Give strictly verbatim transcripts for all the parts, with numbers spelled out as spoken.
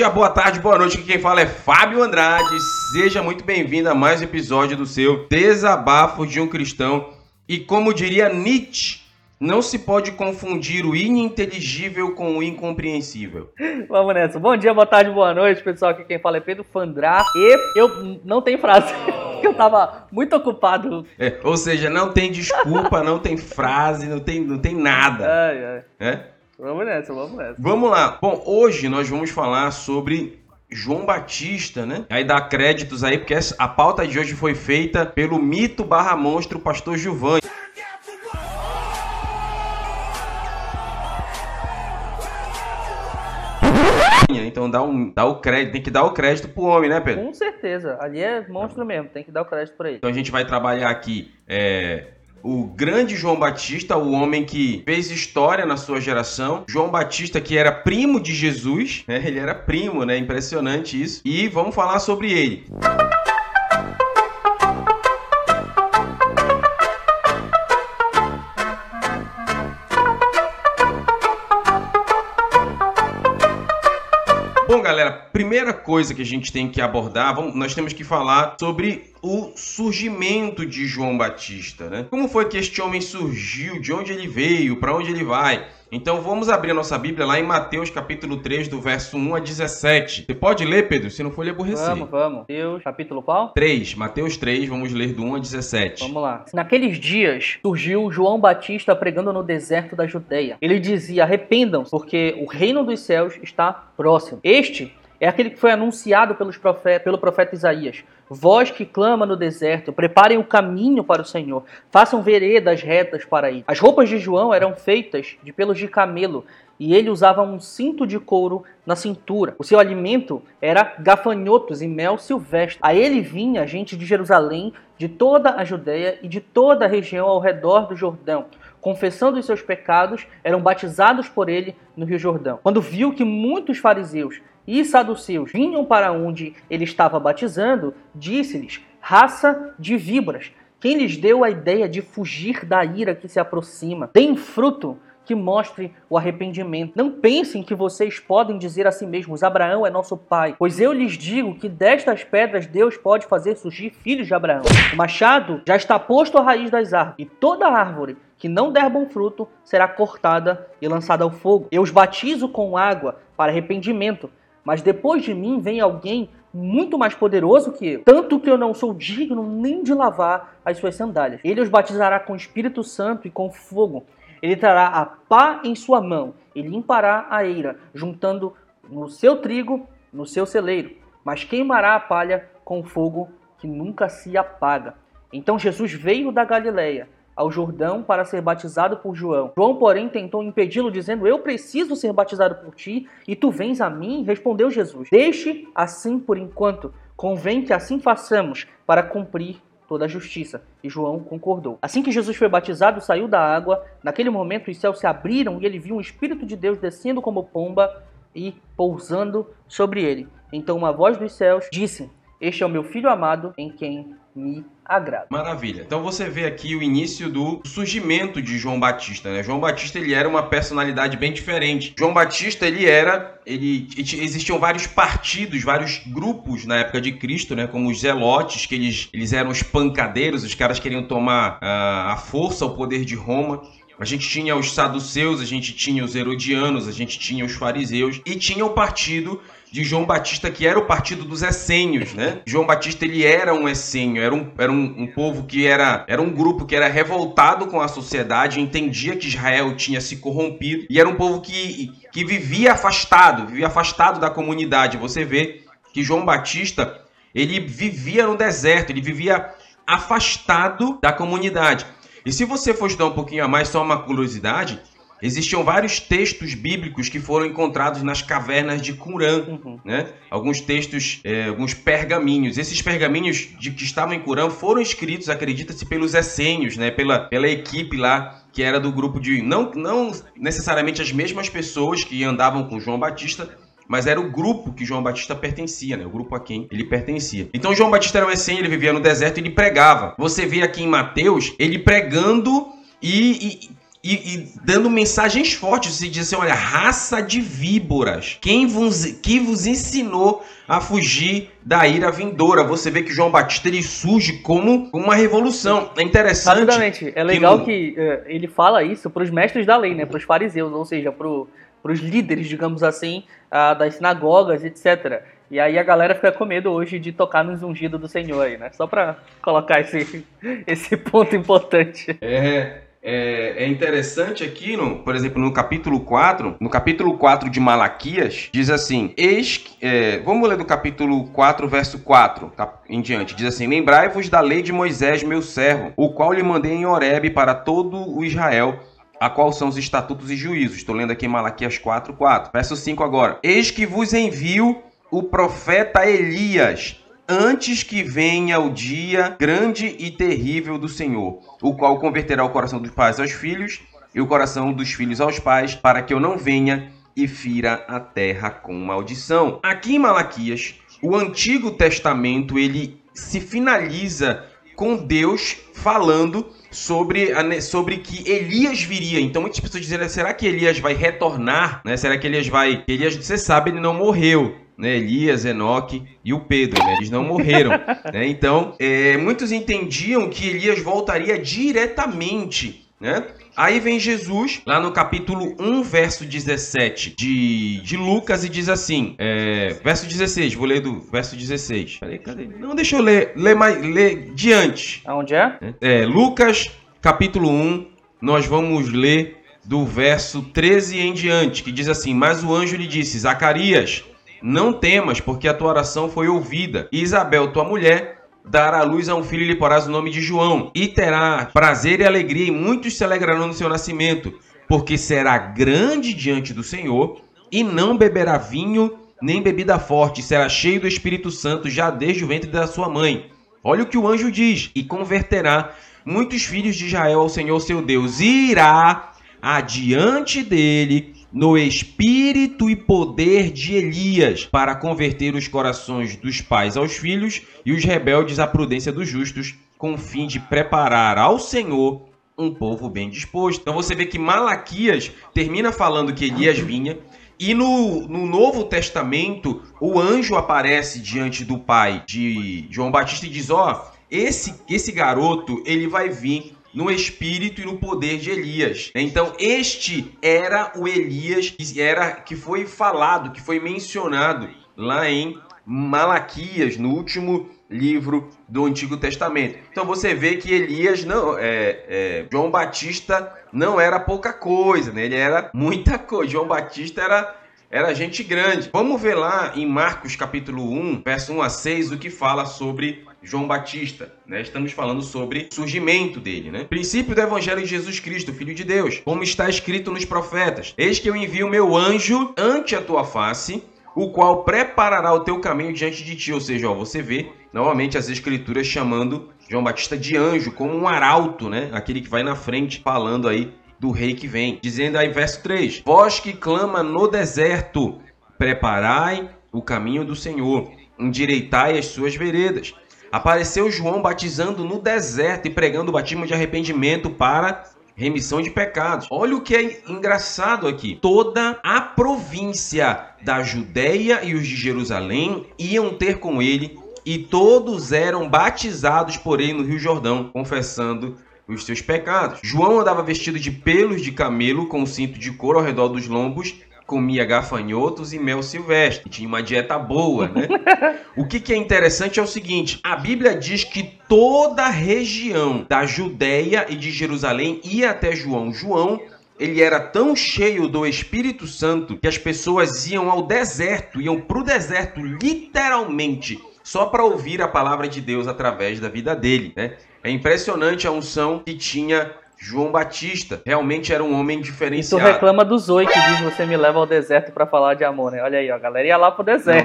dia, boa tarde, boa noite. Aqui quem fala é Fábio Andrade. Seja muito bem-vindo a mais um episódio do seu Desabafo de um Cristão. E como diria Nietzsche, não se pode confundir o ininteligível com o incompreensível. Vamos nessa. Bom dia, boa tarde, boa noite, pessoal. Aqui quem fala é Pedro Fandrá. E eu não tenho frase, porque eu tava muito ocupado. É, ou seja, não tem desculpa, não tem frase, não tem, não tem nada. Ai, ai. É? Vamos nessa, vamos nessa. Vamos lá. Bom, hoje nós vamos falar sobre João Batista, né? Aí dá créditos aí, porque a pauta de hoje foi feita pelo mito barra monstro Pastor Gilvan. Então dá, um, dá o crédito, tem que dar o crédito pro homem, né, Pedro? Com certeza. Ali é monstro mesmo, tem que dar o crédito pra ele. Então a gente vai trabalhar aqui é, o grande João Batista, o homem que fez história na sua geração. João Batista, que era primo de Jesus, né? Ele era primo, né? Impressionante isso. E vamos falar sobre ele. Bom, galera, primeira coisa que a gente tem que abordar, vamos, nós temos que falar sobre o surgimento de João Batista, né? Como foi que este homem surgiu, de onde ele veio, para onde ele vai? Então vamos abrir a nossa Bíblia lá em Mateus capítulo três, do verso um a dezessete. Você pode ler, Pedro? Se não for, lhe aborrecer. Vamos, vamos. Mateus, capítulo qual? três, Mateus três, vamos ler do um a dezessete. Vamos lá. Naqueles dias surgiu João Batista pregando no deserto da Judeia. Ele dizia: arrependam-se, porque o reino dos céus está próximo. Este é aquele que foi anunciado pelos profeta, pelo profeta Isaías. Vós que clama no deserto, preparem o caminho para o Senhor, façam veredas retas para ir. As roupas de João eram feitas de pelos de camelo, e ele usava um cinto de couro na cintura. O seu alimento era gafanhotos e mel silvestre. A ele vinha gente de Jerusalém, de toda a Judeia e de toda a região ao redor do Jordão. Confessando os seus pecados, eram batizados por ele no Rio Jordão. Quando viu que muitos fariseus e saduceus vinham para onde ele estava batizando, disse-lhes: raça de víboras, quem lhes deu a ideia de fugir da ira que se aproxima? Deem fruto que mostre o arrependimento. Não pensem que vocês podem dizer a si mesmos: Abraão é nosso pai. Pois eu lhes digo que destas pedras Deus pode fazer surgir filhos de Abraão. O machado já está posto à raiz das árvores, e toda árvore que não der bom fruto será cortada e lançada ao fogo. Eu os batizo com água para arrependimento, mas depois de mim vem alguém muito mais poderoso que eu, tanto que eu não sou digno nem de lavar as suas sandálias. Ele os batizará com o Espírito Santo e com fogo. Ele trará a pá em sua mão e limpará a eira, juntando no seu trigo, no seu celeiro, mas queimará a palha com fogo que nunca se apaga. Então Jesus veio da Galileia ao Jordão para ser batizado por João. João, porém, tentou impedi-lo, dizendo: eu preciso ser batizado por ti, e tu vens a mim? Respondeu Jesus: deixe assim por enquanto, convém que assim façamos, para cumprir toda a justiça. E João concordou. Assim que Jesus foi batizado, saiu da água. Naquele momento os céus se abriram e ele viu o Espírito de Deus descendo como pomba e pousando sobre ele. Então uma voz dos céus disse: este é o meu filho amado, em quem me agrada. Maravilha. Então você vê aqui o início do surgimento de João Batista, né? João Batista, ele era uma personalidade bem diferente. João Batista, ele era, ele existiam vários partidos, vários grupos na época de Cristo, né? Como os zelotes, que eles, eles eram os pancadeiros, os caras queriam tomar uh, a força, o poder de Roma. A gente tinha os saduceus, a gente tinha os herodianos, a gente tinha os fariseus e tinha o partido de João Batista, que era o partido dos essênios, né? João Batista, ele era um essênio, era um, era um, um povo que era, era um grupo que era revoltado com a sociedade, entendia que Israel tinha se corrompido e era um povo que, que vivia afastado, vivia afastado da comunidade. Você vê que João Batista, ele vivia no deserto, ele vivia afastado da comunidade. E se você for estudar um pouquinho a mais, só uma curiosidade, existiam vários textos bíblicos que foram encontrados nas cavernas de Qumran, uhum. né? Alguns textos, é, alguns pergaminhos. Esses pergaminhos de que estavam em Qumran foram escritos, acredita-se, pelos essênios, né? Pela, pela equipe lá, que era do grupo de... Não, não necessariamente as mesmas pessoas que andavam com João Batista, mas era o grupo que João Batista pertencia, né? O grupo a quem ele pertencia. Então João Batista era um essênio, ele vivia no deserto e ele pregava. Você vê aqui em Mateus, ele pregando e... e e, e dando mensagens fortes. Você diz assim, olha, raça de víboras, quem vos, que vos ensinou a fugir da ira vindoura? Você vê que João Batista ele surge como uma revolução. É interessante. Rapidamente, é legal que, no... que uh, ele fala isso para os mestres da lei, né, para os fariseus, ou seja, para os líderes, digamos assim, uh, das sinagogas, etcétera. E aí a galera fica com medo hoje de tocar nos ungidos do Senhor aí, né? Só para colocar esse, esse ponto importante. É... É, é interessante aqui, no, por exemplo, no capítulo quatro, no capítulo quatro de Malaquias, diz assim, eis, é, vamos ler do capítulo quatro, verso quatro em diante, diz assim, lembrai-vos da lei de Moisés, meu servo, o qual lhe mandei em Horebe para todo o Israel, a qual são os estatutos e juízos. Estou lendo aqui em Malaquias quatro, quatro. Verso cinco agora. Eis que vos envio o profeta Elias, antes que venha o dia grande e terrível do Senhor, o qual converterá o coração dos pais aos filhos e o coração dos filhos aos pais, para que eu não venha e fira a terra com maldição. Aqui em Malaquias, o Antigo Testamento, ele se finaliza com Deus falando sobre, a, sobre que Elias viria. Então muitas pessoas dizem, será que Elias vai retornar? Né? Será que Elias vai... Elias, você sabe, ele não morreu. Né, Elias, Enoque e o Pedro, né, eles não morreram. Né, então, é, muitos entendiam que Elias voltaria diretamente. Né? Aí vem Jesus, lá no capítulo um, verso dezessete de, de Lucas, e diz assim, é, verso dezesseis, vou ler do verso dezesseis. Cadê, cadê? Não, deixa eu ler, ler, mais, ler diante. Aonde é? É, Lucas, capítulo um, nós vamos ler do verso treze em diante, que diz assim, mas o anjo lhe disse, Zacarias, não temas, porque a tua oração foi ouvida. E Isabel, tua mulher, dará à luz a um filho e lhe porás o nome de João. E terá prazer e alegria, e muitos se alegrarão no seu nascimento, porque será grande diante do Senhor, e não beberá vinho nem bebida forte, será cheio do Espírito Santo já desde o ventre da sua mãe. Olha o que o anjo diz, e converterá muitos filhos de Israel ao Senhor seu Deus, e irá adiante dele no espírito e poder de Elias, para converter os corações dos pais aos filhos e os rebeldes à prudência dos justos, com o fim de preparar ao Senhor um povo bem disposto. Então você vê que Malaquias termina falando que Elias vinha, e no, no Novo Testamento o anjo aparece diante do pai de João Batista e diz, ó, oh, esse, esse garoto ele vai vir no espírito e no poder de Elias. Então, este era o Elias que, era, que foi falado, que foi mencionado lá em Malaquias, no último livro do Antigo Testamento. Então, você vê que Elias, não, é, é, João Batista não era pouca coisa, né? Ele era muita coisa. João Batista era... Era gente grande. Vamos ver lá em Marcos capítulo um, verso um a seis, o que fala sobre João Batista. Né? Estamos falando sobre o surgimento dele. Né? Princípio do Evangelho de Jesus Cristo, Filho de Deus. Como está escrito nos profetas. Eis que eu envio o meu anjo ante a tua face, o qual preparará o teu caminho diante de ti. Ou seja, ó, você vê novamente as escrituras chamando João Batista de anjo, como um arauto, né? Aquele que vai na frente falando aí do rei que vem, dizendo aí verso três, vós que clama no deserto, preparai o caminho do Senhor, endireitai as suas veredas. Apareceu João batizando no deserto e pregando o batismo de arrependimento para remissão de pecados. Olha o que é engraçado aqui, toda a província da Judeia e os de Jerusalém iam ter com ele, e todos eram batizados por ele no Rio Jordão, confessando os seus pecados. João andava vestido de pelos de camelo, com um cinto de couro ao redor dos lombos, comia gafanhotos e mel silvestre. Tinha uma dieta boa, né? O que, que é interessante é o seguinte, a Bíblia diz que toda a região da Judeia e de Jerusalém ia até João. João, ele era tão cheio do Espírito Santo que as pessoas iam ao deserto, iam para o deserto, literalmente, só para ouvir a palavra de Deus através da vida dele, né? É impressionante a unção que tinha João Batista. Realmente era um homem diferenciado. E tu reclama do Zoe que diz você me leva ao deserto para falar de amor, né? Olha aí, ó, a galera ia lá pro deserto. Não,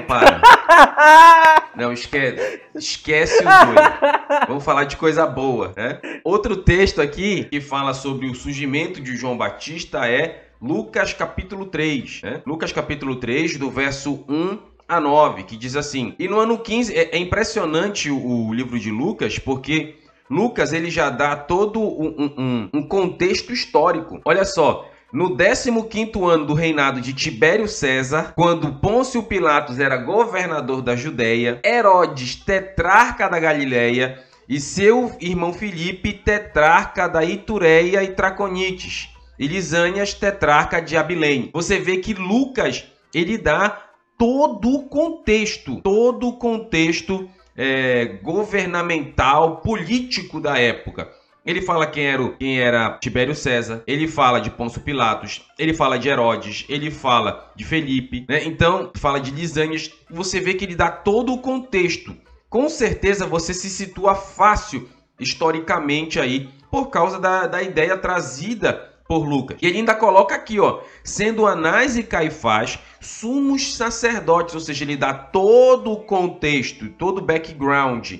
para. Não, esquece. Esquece o Zoe. Vamos falar de coisa boa, né? Outro texto aqui que fala sobre o surgimento de João Batista é Lucas capítulo três, né? Lucas capítulo três, do verso um a nove, que diz assim, e no ano quinze, é, é impressionante o, o livro de Lucas, porque Lucas, ele já dá todo um, um, um contexto histórico. Olha só, no décimo quinto ano do reinado de Tibério César, quando Pôncio Pilatos era governador da Judéia, Herodes, tetrarca da Galileia, e seu irmão Filipe, tetrarca da Itureia e Traconites, e Lisânias, tetrarca de Abilém. Você vê que Lucas, ele dá todo o contexto, todo o contexto é, governamental, político da época. Ele fala quem era, o, quem era Tibério César, ele fala de Pôncio Pilatos, ele fala de Herodes, ele fala de Felipe, né? Então, fala de Lisânias. Você vê que ele dá todo o contexto. Com certeza você se situa fácil historicamente aí, por causa da, da ideia trazida por Lucas. E ele ainda coloca aqui, ó, sendo Anás e Caifás sumos sacerdotes, ou seja, ele dá todo o contexto, todo o background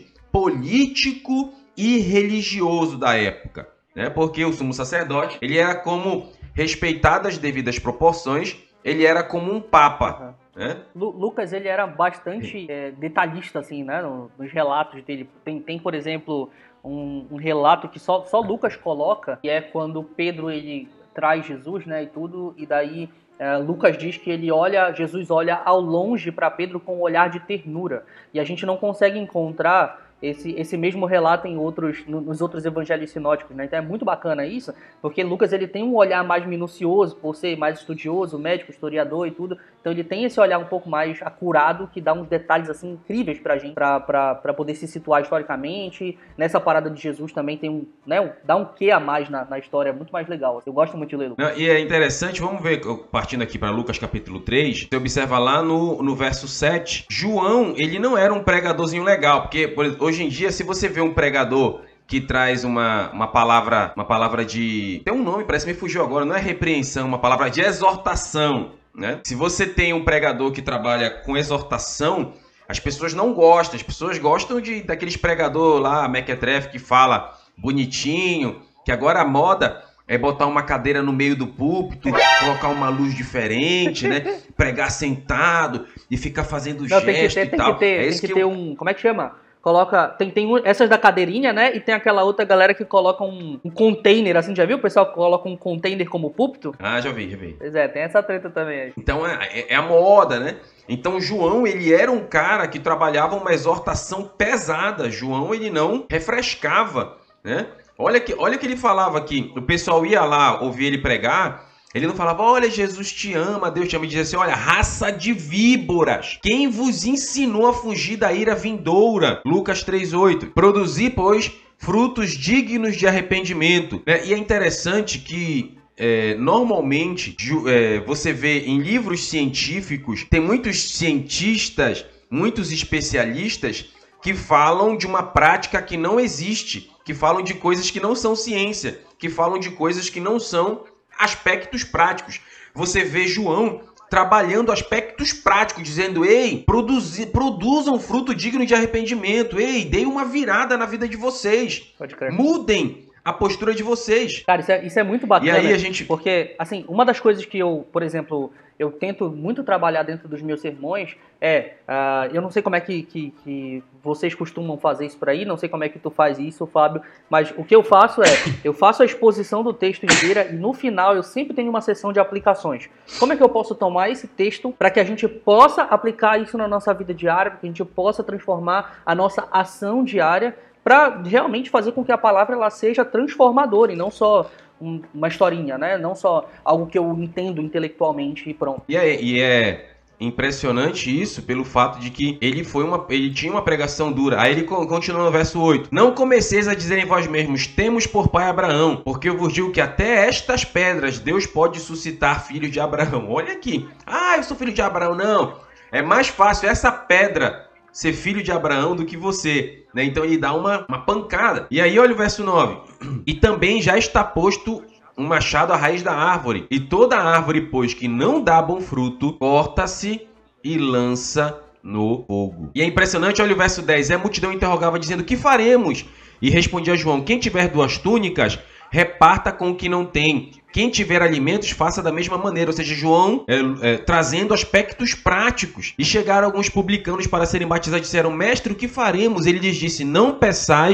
político e religioso da época, né? Porque o sumo sacerdote, ele era como, respeitadas as devidas proporções, ele era como um papa. É? Lucas, ele era bastante é, detalhista, assim, né, nos relatos dele. Tem, tem por exemplo, um, um relato que só, só Lucas coloca, que é quando Pedro, ele traz Jesus, né, e tudo, e daí é, Lucas diz que ele olha, Jesus olha ao longe para Pedro com um olhar de ternura. E a gente não consegue encontrar esse, esse mesmo relato em outros, nos outros evangelhos sinóticos, né? Então é muito bacana isso, porque Lucas, ele tem um olhar mais minucioso, por ser mais estudioso, médico, historiador e tudo. Então ele tem esse olhar um pouco mais acurado, que dá uns detalhes assim incríveis pra gente, pra, pra, pra poder se situar historicamente. Nessa parada de Jesus também tem um, né, dá um quê a mais na, na história, muito mais legal. Eu gosto muito de ler Lucas. Não, e é interessante, vamos ver, partindo aqui para Lucas capítulo três, você observa lá no, no verso sete, João, ele não era um pregadorzinho legal, porque por exemplo, hoje em dia, se você vê um pregador que traz uma, uma palavra, uma palavra de... Tem um nome, parece que me fugiu agora, não é repreensão, uma palavra de exortação, né? Se você tem um pregador que trabalha com exortação, as pessoas não gostam, as pessoas gostam de, daqueles pregador lá, mequetrefe, que fala bonitinho, que agora a moda é botar uma cadeira no meio do púlpito, colocar uma luz diferente, né? Pregar sentado e ficar fazendo não, gesto tem que ter, e tem tal. Que ter, é tem isso que, que ter eu... um... Como é que chama? Coloca, tem, tem essas da cadeirinha, né? E tem aquela outra galera que coloca um, um container, assim, já viu? O pessoal coloca um container como púlpito. Ah, já vi, já vi. Pois é, tem essa treta também aí. Então é, é a moda, né? Então João, ele era um cara que trabalhava uma exortação pesada. João, ele não refrescava, né? Olha que, olha que ele falava aqui. O pessoal ia lá ouvir ele pregar. Ele não falava, olha, Jesus te ama, Deus te ama. Ele dizia assim, olha, raça de víboras, quem vos ensinou a fugir da ira vindoura? Lucas três, oito. Produzir, pois, frutos dignos de arrependimento. E é interessante que, é, normalmente, é, você vê em livros científicos, tem muitos cientistas, muitos especialistas que falam de uma prática que não existe, que falam de coisas que não são ciência, que falam de coisas que não são aspectos práticos. Você vê João trabalhando aspectos práticos, dizendo, ei, produzi, produzam fruto digno de arrependimento, ei, deem uma virada na vida de vocês, Pode crer. Mudem a postura de vocês. Cara, isso é, isso é muito bacana, e aí a gente... porque, assim, uma das coisas que eu, por exemplo, eu tento muito trabalhar dentro dos meus sermões é, uh, eu não sei como é que, que, que vocês costumam fazer isso por aí, não sei como é que tu faz isso, Fábio, mas o que eu faço é, eu faço a exposição do texto inteira e no final eu sempre tenho uma sessão de aplicações. Como é que eu posso tomar esse texto para que a gente possa aplicar isso na nossa vida diária, para que a gente possa transformar a nossa ação diária para realmente fazer com que a palavra ela seja transformadora e não só um, uma historinha, né? Não só algo que eu entendo intelectualmente e pronto. E é, e é impressionante isso pelo fato de que ele foi uma, ele tinha uma pregação dura. Aí ele continua no verso oito. Não comeceis a dizer em vós mesmos, temos por pai Abraão, porque eu vos digo que até estas pedras Deus pode suscitar filhos de Abraão. Olha aqui. Ah, eu sou filho de Abraão. Não. É mais fácil essa pedra ser filho de Abraão do que você, né? Então ele dá uma, uma pancada. E aí olha o verso nove. E também já está posto um machado à raiz da árvore. E toda árvore, pois, que não dá bom fruto, corta-se e lança no fogo. E é impressionante, olha o verso dez. E a multidão interrogava, dizendo, que faremos? E respondia João, quem tiver duas túnicas, reparta com o que não tem. Quem tiver alimentos, faça da mesma maneira. Ou seja, João é, é, trazendo aspectos práticos. E chegaram alguns publicanos para serem batizados e disseram, mestre, o que faremos? Ele lhes disse, não peçais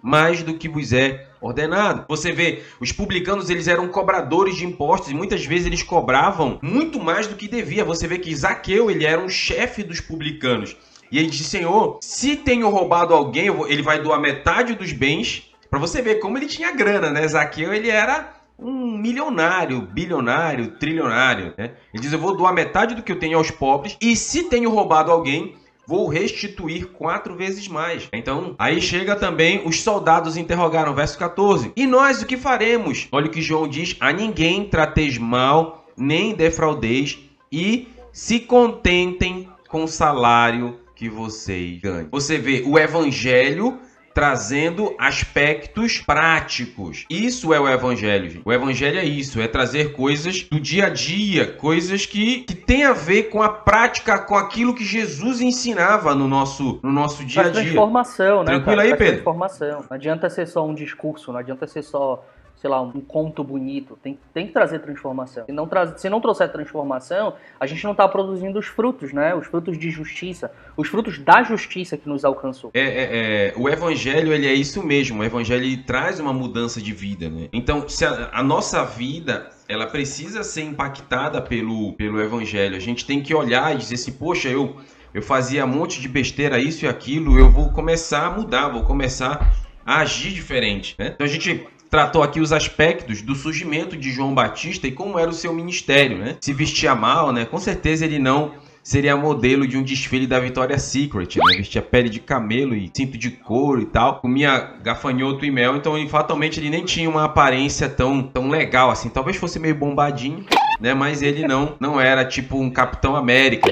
mais do que vos é ordenado. Você vê, os publicanos, eles eram cobradores de impostos e muitas vezes eles cobravam muito mais do que devia. Você vê que Zaqueu, ele era um chefe dos publicanos. E ele disse, Senhor, se tenho roubado alguém, eu vou... ele vai doar metade dos bens. Para você ver como ele tinha grana, né? Zaqueu, ele era um milionário, bilionário, trilionário, né? Ele diz, eu vou doar metade do que eu tenho aos pobres. E se tenho roubado alguém, vou restituir quatro vezes mais. Então, aí chega também, os soldados interrogaram, verso quatorze. E nós o que faremos? Olha o que João diz, a ninguém trateis mal, nem defraudeis, e se contentem com o salário que vocês ganham. Você vê o evangelho trazendo aspectos práticos. Isso é o evangelho, gente. O evangelho é isso, é trazer coisas do dia a dia, coisas que, que tem a ver com a prática, com aquilo que Jesus ensinava no nosso, no nosso dia a dia. Transformação, né? Tranquilo cara? aí, Pedro? Transformação. Não adianta ser só um discurso, não adianta ser só, sei lá, um conto bonito. Tem, tem que trazer transformação. Se não, tra se não trouxer transformação, a gente não está produzindo os frutos, né? Os frutos de justiça, os frutos da justiça que nos alcançou. É, é, é, o evangelho, ele é isso mesmo. O evangelho, ele traz uma mudança de vida, né? Então, se a, a nossa vida, ela precisa ser impactada pelo, pelo evangelho. A gente tem que olhar e dizer assim, poxa, eu, eu fazia um monte de besteira, isso e aquilo, eu vou começar a mudar, vou começar a agir diferente, né? Então, a gente tratou aqui os aspectos do surgimento de João Batista e como era o seu ministério, né? Se vestia mal, né? Com certeza ele não seria modelo de um desfile da Victoria's Secret, né? Vestia pele de camelo e cinto de couro e tal. Comia gafanhoto e mel, então ele, fatalmente ele nem tinha uma aparência tão, tão legal assim. Talvez fosse meio bombadinho, né? Mas ele não, não era tipo um Capitão América.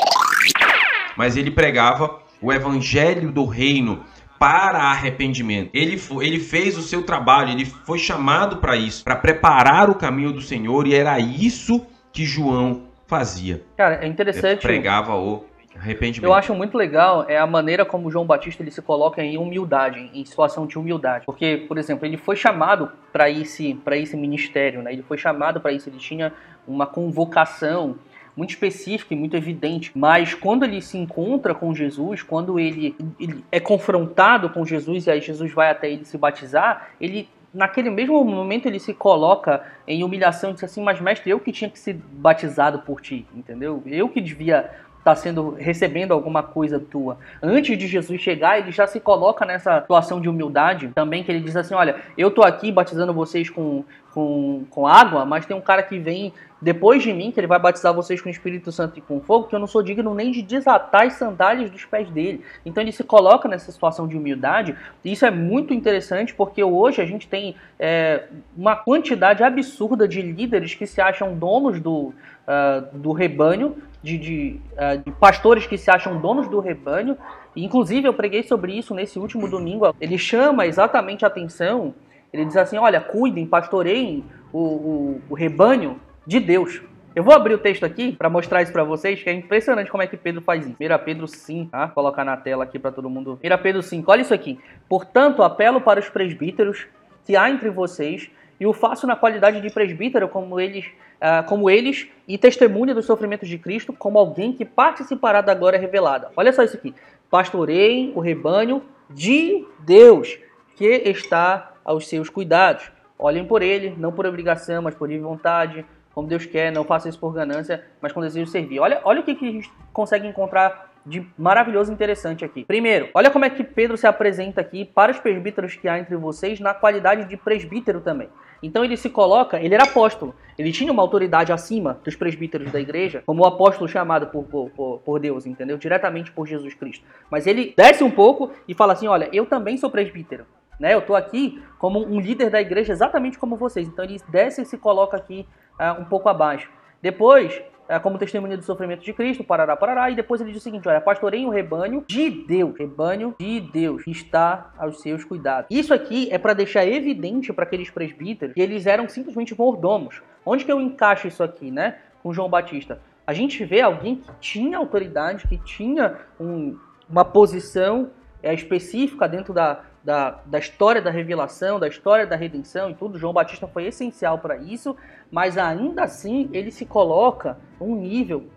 Mas ele pregava o evangelho do reino para arrependimento. Ele, foi, ele fez o seu trabalho, ele foi chamado para isso, para preparar o caminho do Senhor, e era isso que João fazia. Cara, é interessante. Ele pregava o arrependimento. Eu acho muito legal é a maneira como João Batista ele se coloca em humildade, em situação de humildade. Porque, por exemplo, ele foi chamado para esse, para esse ministério, né? Ele foi chamado para isso, ele tinha uma convocação muito específica e muito evidente, mas quando ele se encontra com Jesus, quando ele, ele é confrontado com Jesus e aí Jesus vai até ele se batizar, ele, naquele mesmo momento, ele se coloca em humilhação e diz assim, mas mestre, eu que tinha que ser batizado por ti, entendeu? Eu que devia estar sendo, recebendo alguma coisa tua. Antes de Jesus chegar, ele já se coloca nessa situação de humildade também, que ele diz assim, olha, eu tô aqui batizando vocês com, com, com água, mas tem um cara que vem depois de mim, que ele vai batizar vocês com o Espírito Santo e com fogo, que eu não sou digno nem de desatar as sandálias dos pés dele. Então ele se coloca nessa situação de humildade, e isso é muito interessante, porque hoje a gente tem é, uma quantidade absurda de líderes que se acham donos do, uh, do rebanho, de, de, uh, de pastores que se acham donos do rebanho. E, inclusive eu preguei sobre isso nesse último domingo. Ele chama exatamente a atenção, ele diz assim, olha, cuidem, pastoreiem o, o, o rebanho de Deus. Eu vou abrir o texto aqui para mostrar isso para vocês, que é impressionante como é que Pedro faz isso. primeira Pedro cinco, tá? Vou colocar na tela aqui para todo mundo. primeira Pedro cinco, olha isso aqui. Portanto, apelo para os presbíteros que há entre vocês, e o faço na qualidade de presbítero, como eles, uh, como eles, e testemunha dos sofrimentos de Cristo, como alguém que participará da glória revelada. Olha só isso aqui. Pastoreiem o rebanho de Deus, que está aos seus cuidados. Olhem por ele, não por obrigação, mas por livre vontade, como Deus quer, não faça isso por ganância, mas com desejo de servir. Olha, olha o que, que a gente consegue encontrar de maravilhoso e interessante aqui. Primeiro, olha como é que Pedro se apresenta aqui para os presbíteros que há entre vocês na qualidade de presbítero também. Então ele se coloca, ele era apóstolo, ele tinha uma autoridade acima dos presbíteros da igreja, como o apóstolo chamado por, por, por Deus, entendeu? Diretamente por Jesus Cristo. Mas ele desce um pouco e fala assim, olha, eu também sou presbítero. Né? Eu estou aqui como um líder da igreja exatamente como vocês. Então ele desce e se coloca aqui uh, um pouco abaixo. Depois, uh, como testemunha do sofrimento de Cristo, parará, parará. E depois ele diz o seguinte, olha, pastoreiem o rebanho de Deus. Rebanho de Deus, que está aos seus cuidados. Isso aqui é para deixar evidente para aqueles presbíteros que eles eram simplesmente mordomos. Onde que eu encaixo isso aqui, né? Com João Batista? A gente vê alguém que tinha autoridade, que tinha um, uma posição é, específica dentro da... Da, da história da revelação, da história da redenção e tudo. João Batista foi essencial para isso, mas ainda assim ele se coloca um nível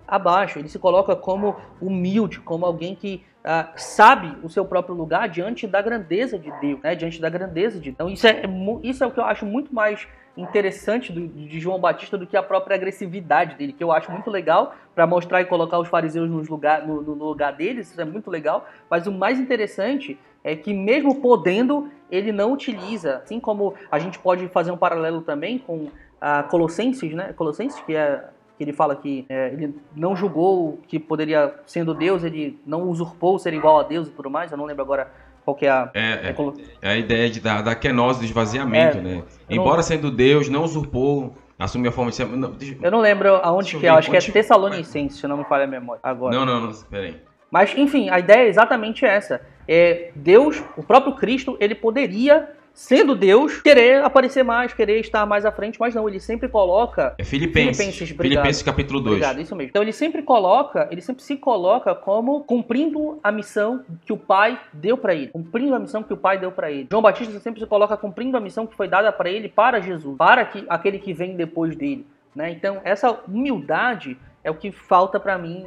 abaixo, ele se coloca como humilde, como alguém que uh, sabe o seu próprio lugar diante da grandeza de Deus, né? Diante da grandeza de Deus. Então isso é, isso é o que eu acho muito mais interessante do, de João Batista do que a própria agressividade dele, que eu acho muito legal para mostrar e colocar os fariseus nos lugar, no, no lugar deles, isso é muito legal, mas o mais interessante é que mesmo podendo, ele não utiliza, assim como a gente pode fazer um paralelo também com a Colossenses, né? Colossenses, que é que ele fala que é, ele não julgou que poderia, sendo Deus, ele não usurpou ser igual a Deus e tudo mais, eu não lembro agora qual que é a... É, é, é a ideia de, da, da kenose, do esvaziamento, é, né? Embora não, sendo Deus, não usurpou, assumiu a forma de ser... Não, deixa, eu não lembro aonde que é, acho que é Tessalonicenses, se não me falha a memória, agora. Não, não, não, peraí. Mas, enfim, a ideia é exatamente essa. É, Deus, o próprio Cristo, ele poderia, sendo Deus, querer aparecer mais, querer estar mais à frente, mas não, ele sempre coloca... É Filipenses, Filipenses, Filipenses capítulo dois. Obrigado, isso mesmo. Então ele sempre coloca, ele sempre se coloca como cumprindo a missão que o Pai deu para ele, cumprindo a missão que o Pai deu para ele. João Batista sempre se coloca cumprindo a missão que foi dada para ele, para Jesus, para que, aquele que vem depois dele, né? Então essa humildade é o que falta para mim.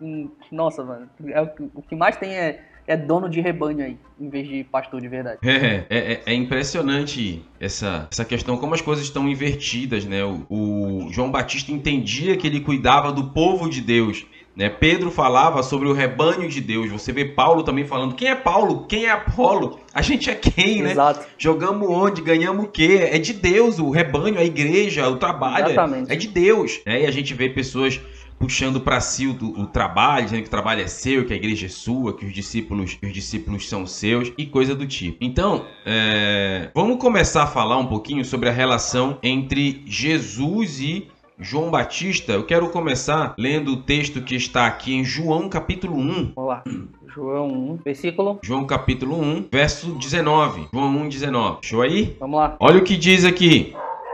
Nossa, mano, é o, o que mais tem é é dono de rebanho aí, em vez de pastor de verdade. É, é, é impressionante essa, essa questão, como as coisas estão invertidas, né? O, o João Batista entendia que ele cuidava do povo de Deus, né? Pedro falava sobre o rebanho de Deus. Você vê Paulo também falando, quem é Paulo? Quem é Apolo? A gente é quem, né? Exato. Jogamos onde? Ganhamos o quê? É de Deus, o rebanho, a igreja, o trabalho, Exatamente. é de Deus. Né? E a gente vê pessoas puxando para si o, o trabalho, dizendo que o trabalho é seu, que a igreja é sua, que os discípulos, que os discípulos são seus e coisa do tipo. Então, é, vamos começar a falar um pouquinho sobre a relação entre Jesus e João Batista. Eu quero começar lendo o texto que está aqui em João capítulo um. Vamos lá. João um, versículo... João capítulo um, verso dezenove. João um, dezenove. Show aí? Vamos lá. Olha o que diz aqui.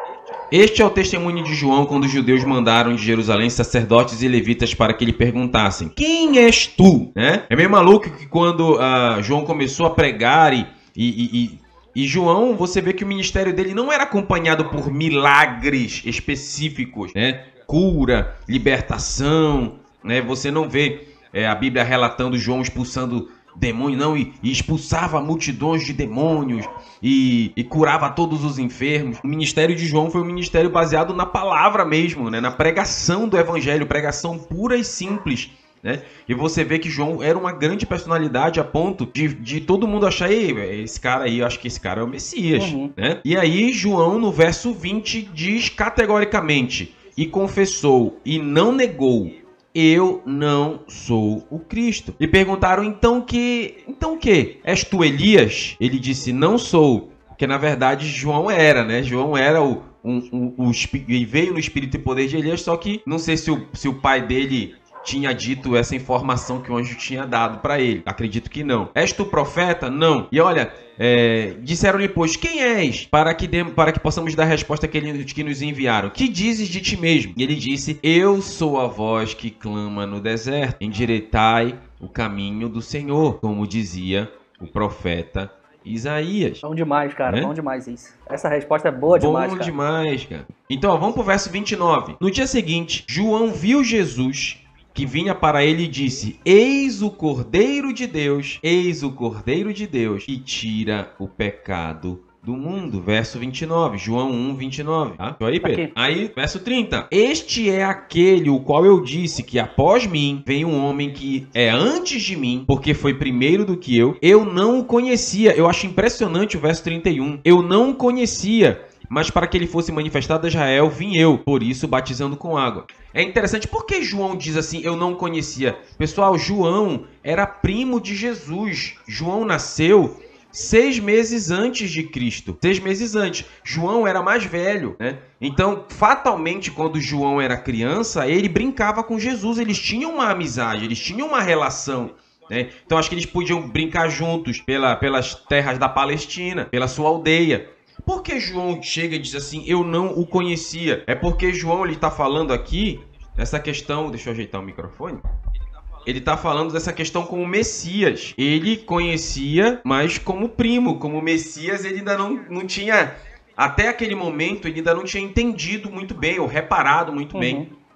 Este é o testemunho de João quando os judeus mandaram de Jerusalém sacerdotes e levitas para que lhe perguntassem: quem és tu? Né? É meio maluco que quando uh, João começou a pregar e, e, e, e João, você vê que o ministério dele não era acompanhado por milagres específicos, né? Cura, libertação, né? Você não vê é, a Bíblia relatando João expulsando demônio, não, e, e expulsava multidões de demônios e, e curava todos os enfermos. O ministério de João foi um ministério baseado na palavra mesmo, né? Na pregação do evangelho, pregação pura e simples, né? E você vê que João era uma grande personalidade a ponto de, de todo mundo achar, ei, esse cara aí, eu acho que esse cara é o Messias, uhum. né? E aí João no verso vinte diz categoricamente: e confessou e não negou, eu não sou o Cristo. E perguntaram, então que... Então o que? És tu Elias? Ele disse, não sou. Porque na verdade João era, né? João era o... Um, um, o e veio no espírito e poder de Elias, só que não sei se o, se o pai dele tinha dito essa informação que o anjo tinha dado para ele. Acredito que não. És tu profeta? Não. E olha, é, disseram-lhe, pois, quem és? Para que, de, para que possamos dar a resposta que, ele, que nos enviaram. Que dizes de ti mesmo? E ele disse, eu sou a voz que clama no deserto. Endireitai o caminho do Senhor, como dizia o profeta Isaías. Bom demais, cara. Né? Bom demais isso. Essa resposta é boa demais, Bom cara. demais, cara. Então, ó, vamos pro verso vinte e nove. No dia seguinte, João viu Jesus que vinha para ele e disse, eis o Cordeiro de Deus, eis o Cordeiro de Deus, que tira o pecado do mundo. Verso vinte e nove, João um, vinte e nove. Tá? Aí, Pedro? Aqui. Aí, verso trinta. Este é aquele o qual eu disse que após mim vem um homem que é antes de mim, porque foi primeiro do que eu. Eu não o conhecia. Eu acho impressionante o verso trinta e um. Eu não o conhecia, mas para que ele fosse manifestado a Israel, vim eu, por isso batizando com água. É interessante, porque João diz assim, eu não conhecia. Pessoal, João era primo de Jesus. João nasceu seis meses antes de Cristo. Seis meses antes. João era mais velho, né? Então, fatalmente, quando João era criança, ele brincava com Jesus. Eles tinham uma amizade, eles tinham uma relação, né? Então, acho que eles podiam brincar juntos pela, pelas terras da Palestina, pela sua aldeia. Por que João chega e diz assim, eu não o conhecia? É porque João ele está falando aqui, essa questão... Deixa eu ajeitar o microfone. Ele está falando dessa questão como Messias. Ele conhecia, mas como primo. Como Messias, ele ainda não, não tinha... Até aquele momento, ele ainda não tinha entendido muito bem, ou reparado muito uhum. bem.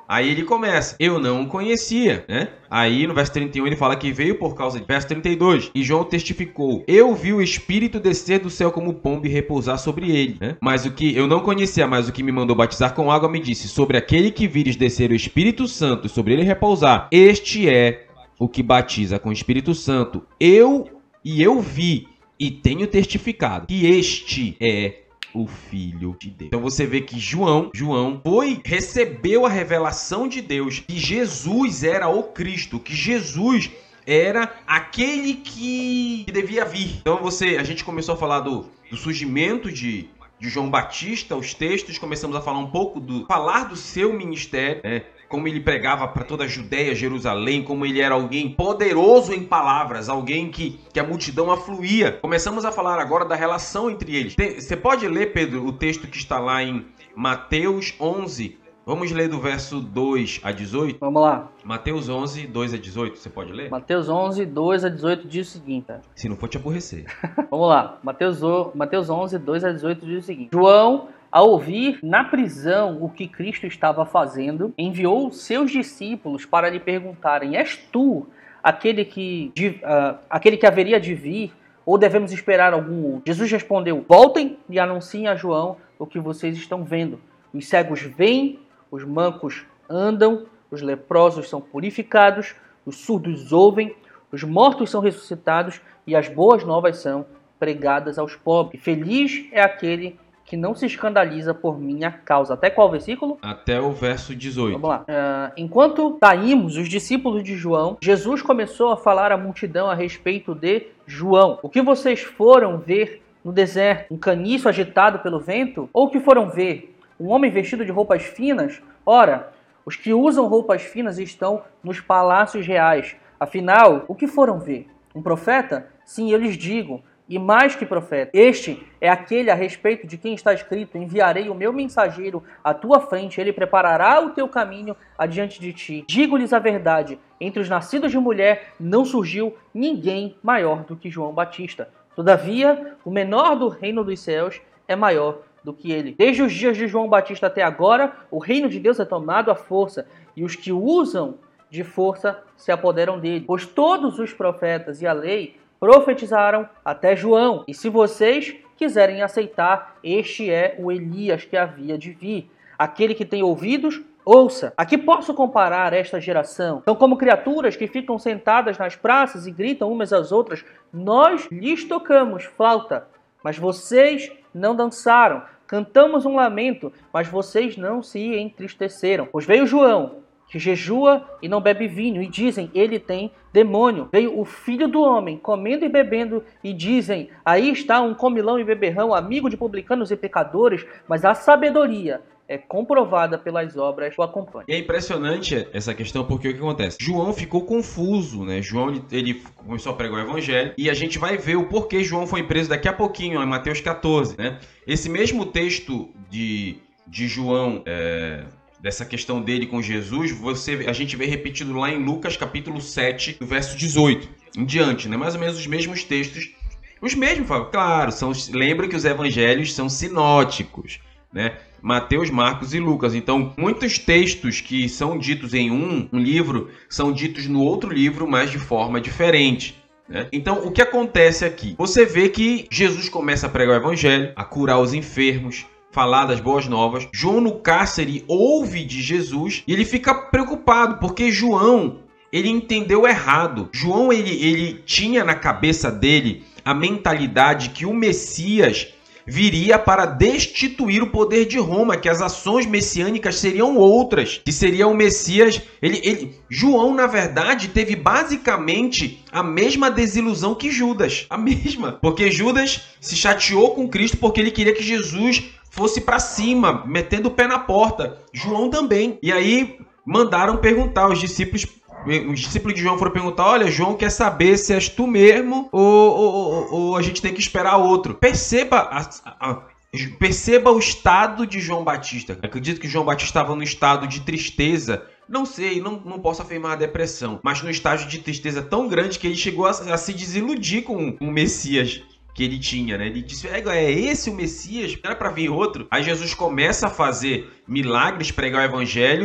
Aí ele começa, eu não o conhecia, né? Aí no verso trinta e um ele fala que veio por causa de... Verso trinta e dois, e João testificou, eu vi o Espírito descer do céu como pombo e repousar sobre ele, né? Mas o que eu não conhecia, mas o que me mandou batizar com água me disse, sobre aquele que vires descer o Espírito Santo e sobre ele repousar, este é o que batiza com o Espírito Santo. Eu, e eu vi, e tenho testificado, que este é o Filho de Deus. Então você vê que João, João foi, recebeu a revelação de Deus, que Jesus era o Cristo, que Jesus era aquele que, que devia vir. Então você, a gente começou a falar do, do surgimento de, de João Batista, os textos, começamos a falar um pouco do, falar do seu ministério, né? Como ele pregava para toda a Judéia, Jerusalém, como ele era alguém poderoso em palavras, alguém que, que a multidão afluía. Começamos a falar agora da relação entre eles. Tem, você pode ler, Pedro, o texto que está lá em Mateus onze? Vamos ler do verso dois a dezoito? Vamos lá. Mateus onze, dois a dezoito, você pode ler? Mateus onze, dois a dezoito diz o seguinte. Se não for te aborrecer. Vamos lá. Mateus, Mateus onze, dois a dezoito diz o seguinte. João, ao ouvir na prisão o que Cristo estava fazendo, enviou seus discípulos para lhe perguntarem, és tu aquele que, uh, aquele que haveria de vir, ou devemos esperar algum outro? Jesus respondeu, voltem e anunciem a João o que vocês estão vendo. Os cegos veem, os mancos andam, os leprosos são purificados, os surdos ouvem, os mortos são ressuscitados e as boas novas são pregadas aos pobres. Feliz é aquele que não se escandaliza por minha causa. Até qual versículo? Até o verso dezoito. Vamos lá. Uh, enquanto saímos, os discípulos de João, Jesus começou a falar à multidão a respeito de João. O que vocês foram ver no deserto? Um caniço agitado pelo vento? Ou o que foram ver? Um homem vestido de roupas finas? Ora, os que usam roupas finas estão nos palácios reais. Afinal, o que foram ver? Um profeta? Sim, eu lhes digo, e mais que profeta. Este é aquele a respeito de quem está escrito, enviarei o meu mensageiro à tua frente, ele preparará o teu caminho adiante de ti. Digo-lhes a verdade, entre os nascidos de mulher não surgiu ninguém maior do que João Batista. Todavia, o menor do reino dos céus é maior do que ele. Desde os dias de João Batista até agora, o reino de Deus é tomado à força, e os que usam de força se apoderam dele. Pois todos os profetas e a lei profetizaram até João. E se vocês quiserem aceitar, este é o Elias que havia de vir. Aquele que tem ouvidos, ouça. A que posso comparar esta geração? São como criaturas que ficam sentadas nas praças e gritam umas às outras. Nós lhes tocamos flauta, mas vocês não dançaram. Cantamos um lamento, mas vocês não se entristeceram. Pois veio João, que jejua e não bebe vinho, e dizem, ele tem demônio. Veio o Filho do Homem, comendo e bebendo, e dizem, aí está um comilão e beberrão, amigo de publicanos e pecadores, mas a sabedoria é comprovada pelas obras que o acompanham. E é impressionante essa questão, porque o que acontece? João ficou confuso, né? João, ele, ele começou a pregar o evangelho, e a gente vai ver o porquê João foi preso daqui a pouquinho, ó, em Mateus catorze, né? Esse mesmo texto de, de João, é, dessa questão dele com Jesus, você, a gente vê repetido lá em Lucas capítulo sete, do verso dezoito, em diante, né? Mais ou menos os mesmos textos, os mesmos, claro, são, lembra que os evangelhos são sinóticos, né? Mateus, Marcos e Lucas. Então, muitos textos que são ditos em um, um livro são ditos no outro livro, mas de forma diferente, né? Então, o que acontece aqui? Você vê que Jesus começa a pregar o evangelho, a curar os enfermos, falar das boas novas. João no cárcere ouve de Jesus e ele fica preocupado, porque João, ele entendeu errado. João, ele, ele tinha na cabeça dele a mentalidade que o Messias viria para destituir o poder de Roma, que as ações messiânicas seriam outras, que seria o Messias. Ele, ele, João, na verdade, teve basicamente a mesma desilusão que Judas, a mesma, porque Judas se chateou com Cristo porque ele queria que Jesus fosse para cima, metendo o pé na porta. João também. E aí mandaram perguntar, os discípulos Os discípulos de João foram perguntar, olha, João quer saber se és tu mesmo ou, ou, ou, ou a gente tem que esperar outro. Perceba, a, a, perceba o estado de João Batista. Acredito que João Batista estava no estado de tristeza. Não sei, não, não posso afirmar a depressão, mas no estágio de tristeza tão grande que ele chegou a, a se desiludir com o Messias que ele tinha, né? Ele disse, é, é esse o Messias? Não era para vir outro? Aí Jesus começa a fazer milagres, pregar o evangelho,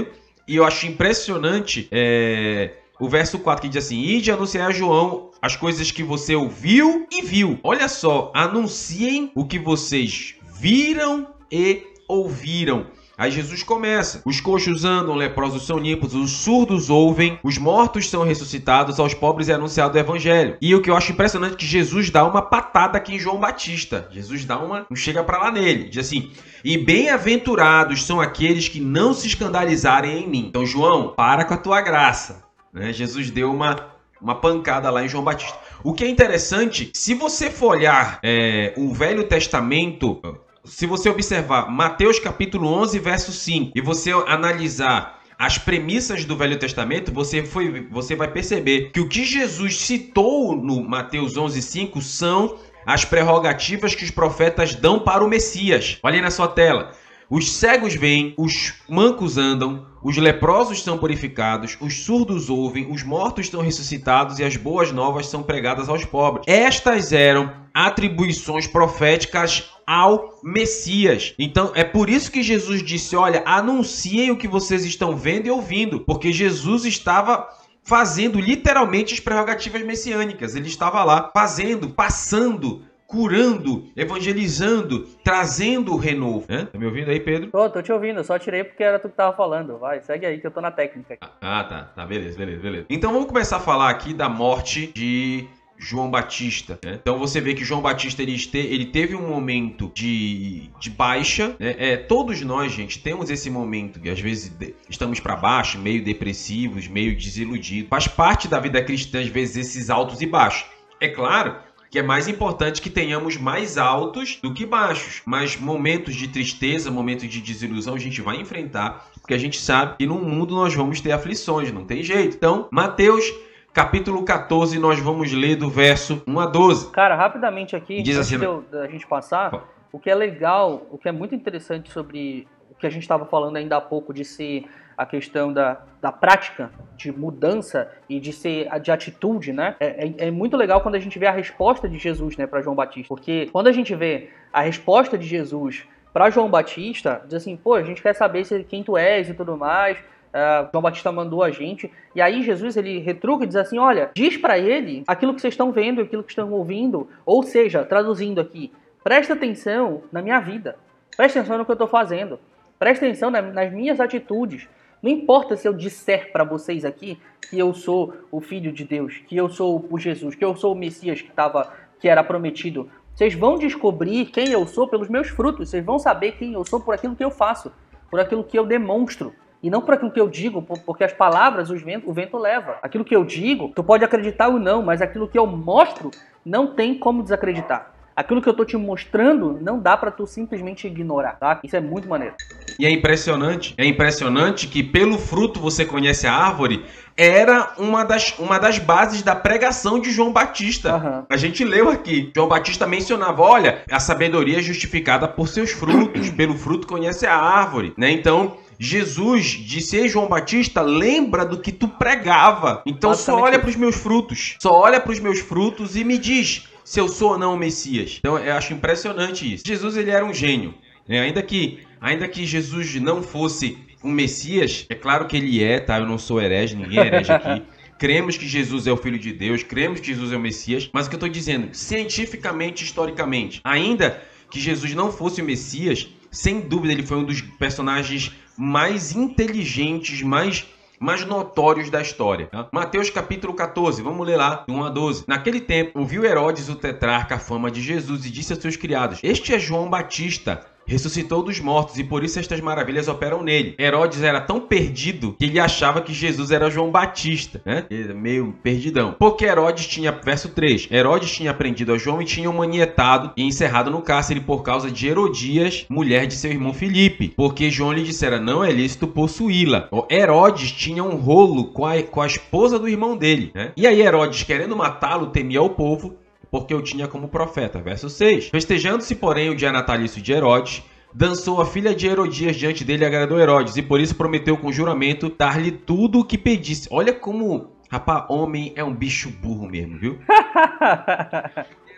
E eu acho impressionante é, o verso quatro que diz assim: ide anunciar a João as coisas que você ouviu e viu. Olha só, anunciem o que vocês viram e ouviram. Aí Jesus começa: os coxos andam, leprosos são limpos, os surdos ouvem, os mortos são ressuscitados, aos pobres é anunciado o evangelho. E o que eu acho impressionante é que Jesus dá uma patada aqui em João Batista. Jesus dá uma, não chega pra lá nele. Diz assim: e bem-aventurados são aqueles que não se escandalizarem em mim. Então, João, para com a tua graça. Né? Jesus deu uma, uma pancada lá em João Batista. O que é interessante, se você for olhar é, o Velho Testamento, se você observar Mateus capítulo onze, verso cinco, e você analisar as premissas do Velho Testamento, você, foi, você vai perceber que o que Jesus citou no Mateus onze, cinco são as prerrogativas que os profetas dão para o Messias. Olha aí na sua tela. Os cegos veem, os mancos andam, os leprosos são purificados, os surdos ouvem, os mortos são ressuscitados e as boas novas são pregadas aos pobres. Estas eram atribuições proféticas ao Messias. Então, é por isso que Jesus disse: olha, anunciem o que vocês estão vendo e ouvindo, porque Jesus estava fazendo literalmente as prerrogativas messiânicas. Ele estava lá fazendo, passando, curando, evangelizando, trazendo o renovo. Hã? Tá me ouvindo aí, Pedro? Tô, tô te ouvindo, eu só tirei porque era tu que tava falando. Vai, segue aí que eu tô na técnica. Ah, tá, tá, beleza, beleza, beleza. Então vamos começar a falar aqui da morte de João Batista. Né? Então você vê que João Batista ele, este, ele teve um momento de, de baixa. Né? É, todos nós, gente, temos esse momento que às vezes de, estamos para baixo, meio depressivos, meio desiludidos. Faz parte da vida cristã, às vezes, esses altos e baixos. É claro que é mais importante que tenhamos mais altos do que baixos. Mas momentos de tristeza, momentos de desilusão a gente vai enfrentar, porque a gente sabe que no mundo nós vamos ter aflições, não tem jeito. Então, Mateus capítulo catorze, nós vamos ler do verso um a doze. Cara, rapidamente aqui, diz antes assim, de eu, da gente passar, o que é legal, o que é muito interessante sobre o que a gente estava falando ainda há pouco, de ser a questão da, da prática, de mudança e de ser de atitude, né? É, é, é muito legal quando a gente vê a resposta de Jesus, né, para João Batista. Porque quando a gente vê a resposta de Jesus para João Batista, diz assim: pô, a gente quer saber se, quem tu és e tudo mais. Uh, João Batista mandou a gente. E aí Jesus, ele retruca e diz assim: olha, diz para ele aquilo que vocês estão vendo, aquilo que estão ouvindo. Ou seja, traduzindo aqui, presta atenção na minha vida. Presta atenção no que eu estou fazendo. Presta atenção na, nas minhas atitudes. Não importa se eu disser para vocês aqui que eu sou o Filho de Deus, que eu sou o Jesus, que eu sou o Messias que, tava, que era prometido. Vocês vão descobrir quem eu sou pelos meus frutos. Vocês vão saber quem eu sou por aquilo que eu faço, por aquilo que eu demonstro. E não por aquilo que eu digo, porque as palavras o vento, o vento leva. Aquilo que eu digo, tu pode acreditar ou não, mas aquilo que eu mostro, não tem como desacreditar. Aquilo que eu tô te mostrando, não dá pra tu simplesmente ignorar, tá? Isso é muito maneiro. E é impressionante, é impressionante que pelo fruto você conhece a árvore, era uma das, uma das bases da pregação de João Batista. Uhum. A gente leu aqui, João Batista mencionava: olha, a sabedoria é justificada por seus frutos, pelo fruto conhece a árvore, né? Então, Jesus disse: ei, João Batista, lembra do que tu pregava. Então só olha para os meus frutos, só olha para os meus frutos e me diz se eu sou ou não o Messias. Então eu acho impressionante isso. Jesus, ele era um gênio, né? Ainda que, ainda que Jesus não fosse um Messias, é claro que ele é, tá? Eu não sou herege, ninguém é herege aqui. Cremos que Jesus é o Filho de Deus, cremos que Jesus é o Messias, mas o que eu estou dizendo, cientificamente, historicamente, ainda que Jesus não fosse o Messias, sem dúvida ele foi um dos personagens mais inteligentes, mais, mais notórios da história. Tá? Mateus capítulo catorze, vamos ler lá, um a doze. Naquele tempo, ouviu Herodes o tetrarca a fama de Jesus e disse a seus criados: este é João Batista, ressuscitou dos mortos e por isso estas maravilhas operam nele. Herodes era tão perdido que ele achava que Jesus era João Batista, né? Meio perdidão. Porque Herodes tinha, verso três, Herodes tinha prendido a João e tinha o manietado e encerrado no cárcere por causa de Herodias, mulher de seu irmão Filipe, porque João lhe dissera: não é lícito possuí-la. Herodes tinha um rolo com a, com a esposa do irmão dele, né? E aí Herodes, querendo matá-lo, temia o povo, porque eu tinha como profeta. Verso seis. Festejando-se, porém, o dia natalício de Herodes, dançou a filha de Herodias diante dele e agradou Herodes, e por isso prometeu com juramento dar-lhe tudo o que pedisse. Olha como, rapaz, homem é um bicho burro mesmo, viu?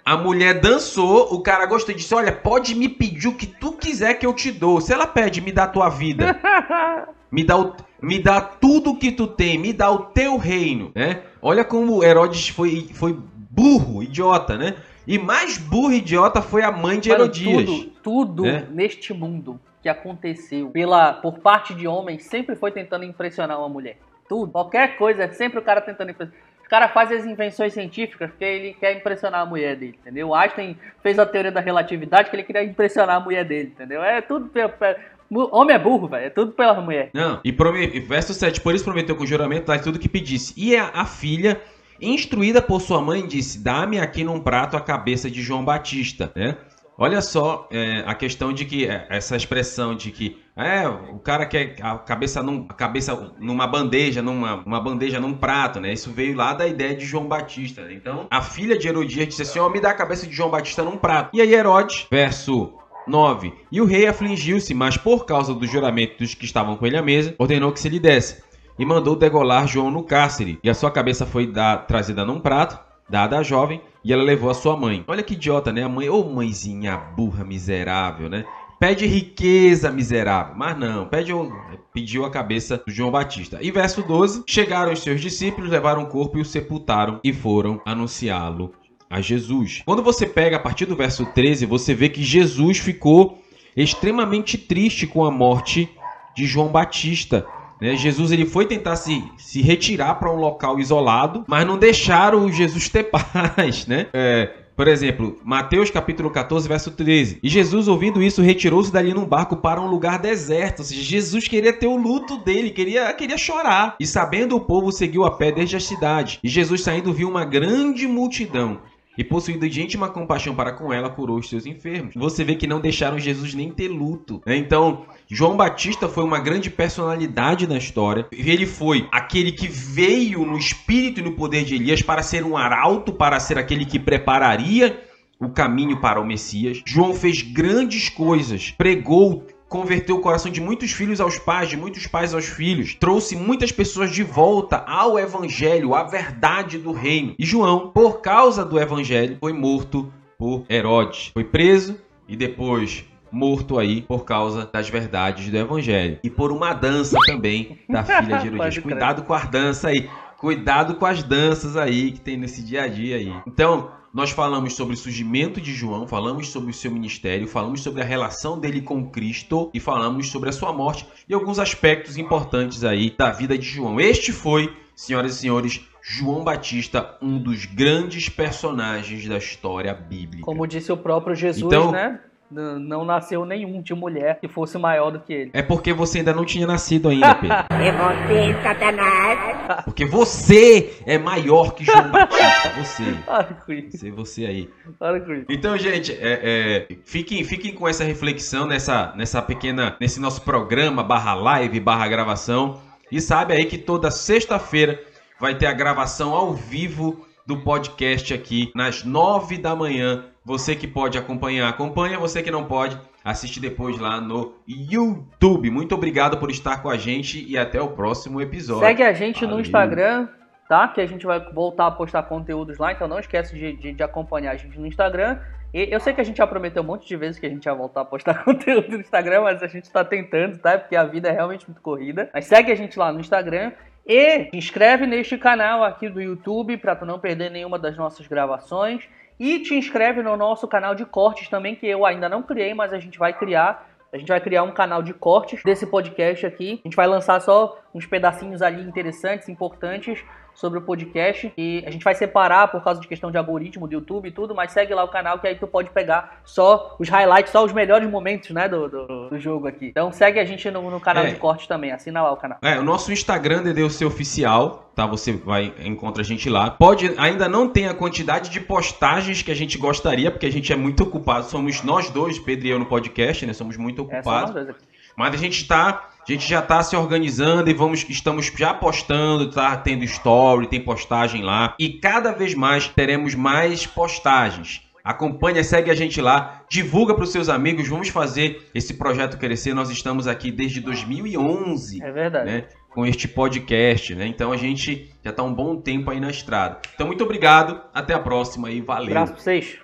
A mulher dançou, o cara gostou e disse, olha, pode me pedir o que tu quiser que eu te dou. Se ela pede, me dá a tua vida. Me dá, o, me dá tudo que tu tem, me dá o teu reino, né? Olha como Herodes foi, foi burro, idiota, né? E mais burro e idiota foi a mãe de Mano, Herodias. Tudo, tudo né? neste mundo que aconteceu pela, por parte de homens sempre foi tentando impressionar uma mulher. Tudo, qualquer coisa, sempre o cara tentando impressionar. O cara faz as invenções científicas porque ele quer impressionar a mulher dele, entendeu? O Einstein fez a teoria da relatividade porque ele queria impressionar a mulher dele, entendeu? É tudo... Homem é burro, velho. É tudo pela mulher. Não, e prome... verso sete, por isso prometeu com juramento lá tudo que pedisse. E a, a filha, instruída por sua mãe, disse, dá-me aqui num prato a cabeça de João Batista, né? Olha só é, a questão de que, é, essa expressão de que é, o cara quer a cabeça, num, a cabeça numa bandeja, numa uma bandeja num prato, né? Isso veio lá da ideia de João Batista, né? Então, a filha de Herodias disse assim, ó, me dá a cabeça de João Batista num prato. E aí Herodes, verso nove. E o rei afligiu-se, mas por causa do juramento dos que estavam com ele à mesa, ordenou que se lhe desse. E mandou degolar João no cárcere. E a sua cabeça foi da, trazida num prato, dada à jovem, e ela levou a sua mãe. Olha que idiota, né? A mãe, ô mãezinha burra, miserável, né? Pede riqueza, miserável. Mas não, pede, pediu a cabeça do João Batista. E verso doze. Chegaram os seus discípulos, levaram o corpo e o sepultaram e foram anunciá-lo a Jesus. Quando você pega a partir do verso treze, você vê que Jesus ficou extremamente triste com a morte de João Batista. Né? Jesus ele foi tentar se, se retirar para um local isolado, mas não deixaram Jesus ter paz. Né? É, por exemplo, Mateus capítulo catorze, verso treze. E Jesus, ouvindo isso, retirou-se dali num barco para um lugar deserto. Ou seja, Jesus queria ter o luto dele, queria, queria chorar. E sabendo o povo, seguiu a pé desde a cidade. E Jesus, saindo, viu uma grande multidão. E possuído de íntima compaixão para com ela, curou os seus enfermos. Você vê que não deixaram Jesus nem ter luto. Né? Então, João Batista foi uma grande personalidade na história. Ele foi aquele que veio no espírito e no poder de Elias para ser um arauto, para ser aquele que prepararia o caminho para o Messias. João fez grandes coisas, pregou, converteu o coração de muitos filhos aos pais, de muitos pais aos filhos. Trouxe muitas pessoas de volta ao evangelho, à verdade do reino. E João, por causa do evangelho, foi morto por Herodes. Foi preso e depois morto aí por causa das verdades do evangelho. E por uma dança também da filha de Herodias. Cuidado com as danças aí. Cuidado com as danças aí que tem nesse dia a dia aí. Então, nós falamos sobre o surgimento de João, falamos sobre o seu ministério, falamos sobre a relação dele com Cristo e falamos sobre a sua morte e alguns aspectos importantes aí da vida de João. Este foi, senhoras e senhores, João Batista, um dos grandes personagens da história bíblica. Como disse o próprio Jesus, então, né? Não nasceu nenhum de mulher que fosse maior do que ele. É porque você ainda não tinha nascido ainda, Pedro. É você, Satanás. Porque você é maior que João Batista. Você. Para com isso. Você, você aí. Para com isso. Então, gente, é, é, fiquem, fiquem com essa reflexão nessa, nessa pequena, nesse nosso programa, barra live, barra gravação. E sabe aí que toda sexta-feira vai ter a gravação ao vivo do podcast aqui nas nove da manhã. Você que pode acompanhar, acompanha. Você que não pode, assiste depois lá no YouTube. Muito obrigado por estar com a gente e até o próximo episódio. Segue a gente Valeu. no Instagram, tá? Que a gente vai voltar a postar conteúdos lá. Então não esquece de, de, de acompanhar a gente no Instagram. E eu sei que a gente já prometeu um monte de vezes que a gente ia voltar a postar conteúdo no Instagram, mas a gente tá tentando, tá? Porque a vida é realmente muito corrida. Mas segue a gente lá no Instagram. E se inscreve neste canal aqui do YouTube para tu não perder nenhuma das nossas gravações. E te inscreve no nosso canal de cortes também, que eu ainda não criei, mas a gente vai criar. A gente vai criar um canal de cortes desse podcast aqui. A gente vai lançar só uns pedacinhos ali interessantes, importantes sobre o podcast. E a gente vai separar por causa de questão de algoritmo do YouTube e tudo, mas segue lá o canal que aí tu pode pegar só os highlights, só os melhores momentos, né, do, do, do jogo aqui. Então segue a gente no, no canal é. de cortes também, assina lá o canal. É, o nosso Instagram, D D U C Oficial, tá? Você vai, encontra a gente lá. Pode, ainda não tem a quantidade de postagens que a gente gostaria, porque a gente é muito ocupado. Somos nós dois, Pedro e eu, no podcast, né? Somos muito ocupados. É, mas a gente tá... A gente já está se organizando e vamos, estamos já postando, tá tendo story, tem postagem lá. E cada vez mais teremos mais postagens. Acompanha, segue a gente lá, divulga para os seus amigos. Vamos fazer esse projeto crescer. Nós estamos aqui desde dois mil e onze. É verdade. Né, com este podcast, né? Então a gente já está um bom tempo aí na estrada. Então muito obrigado, até a próxima e valeu. Um abraço para vocês.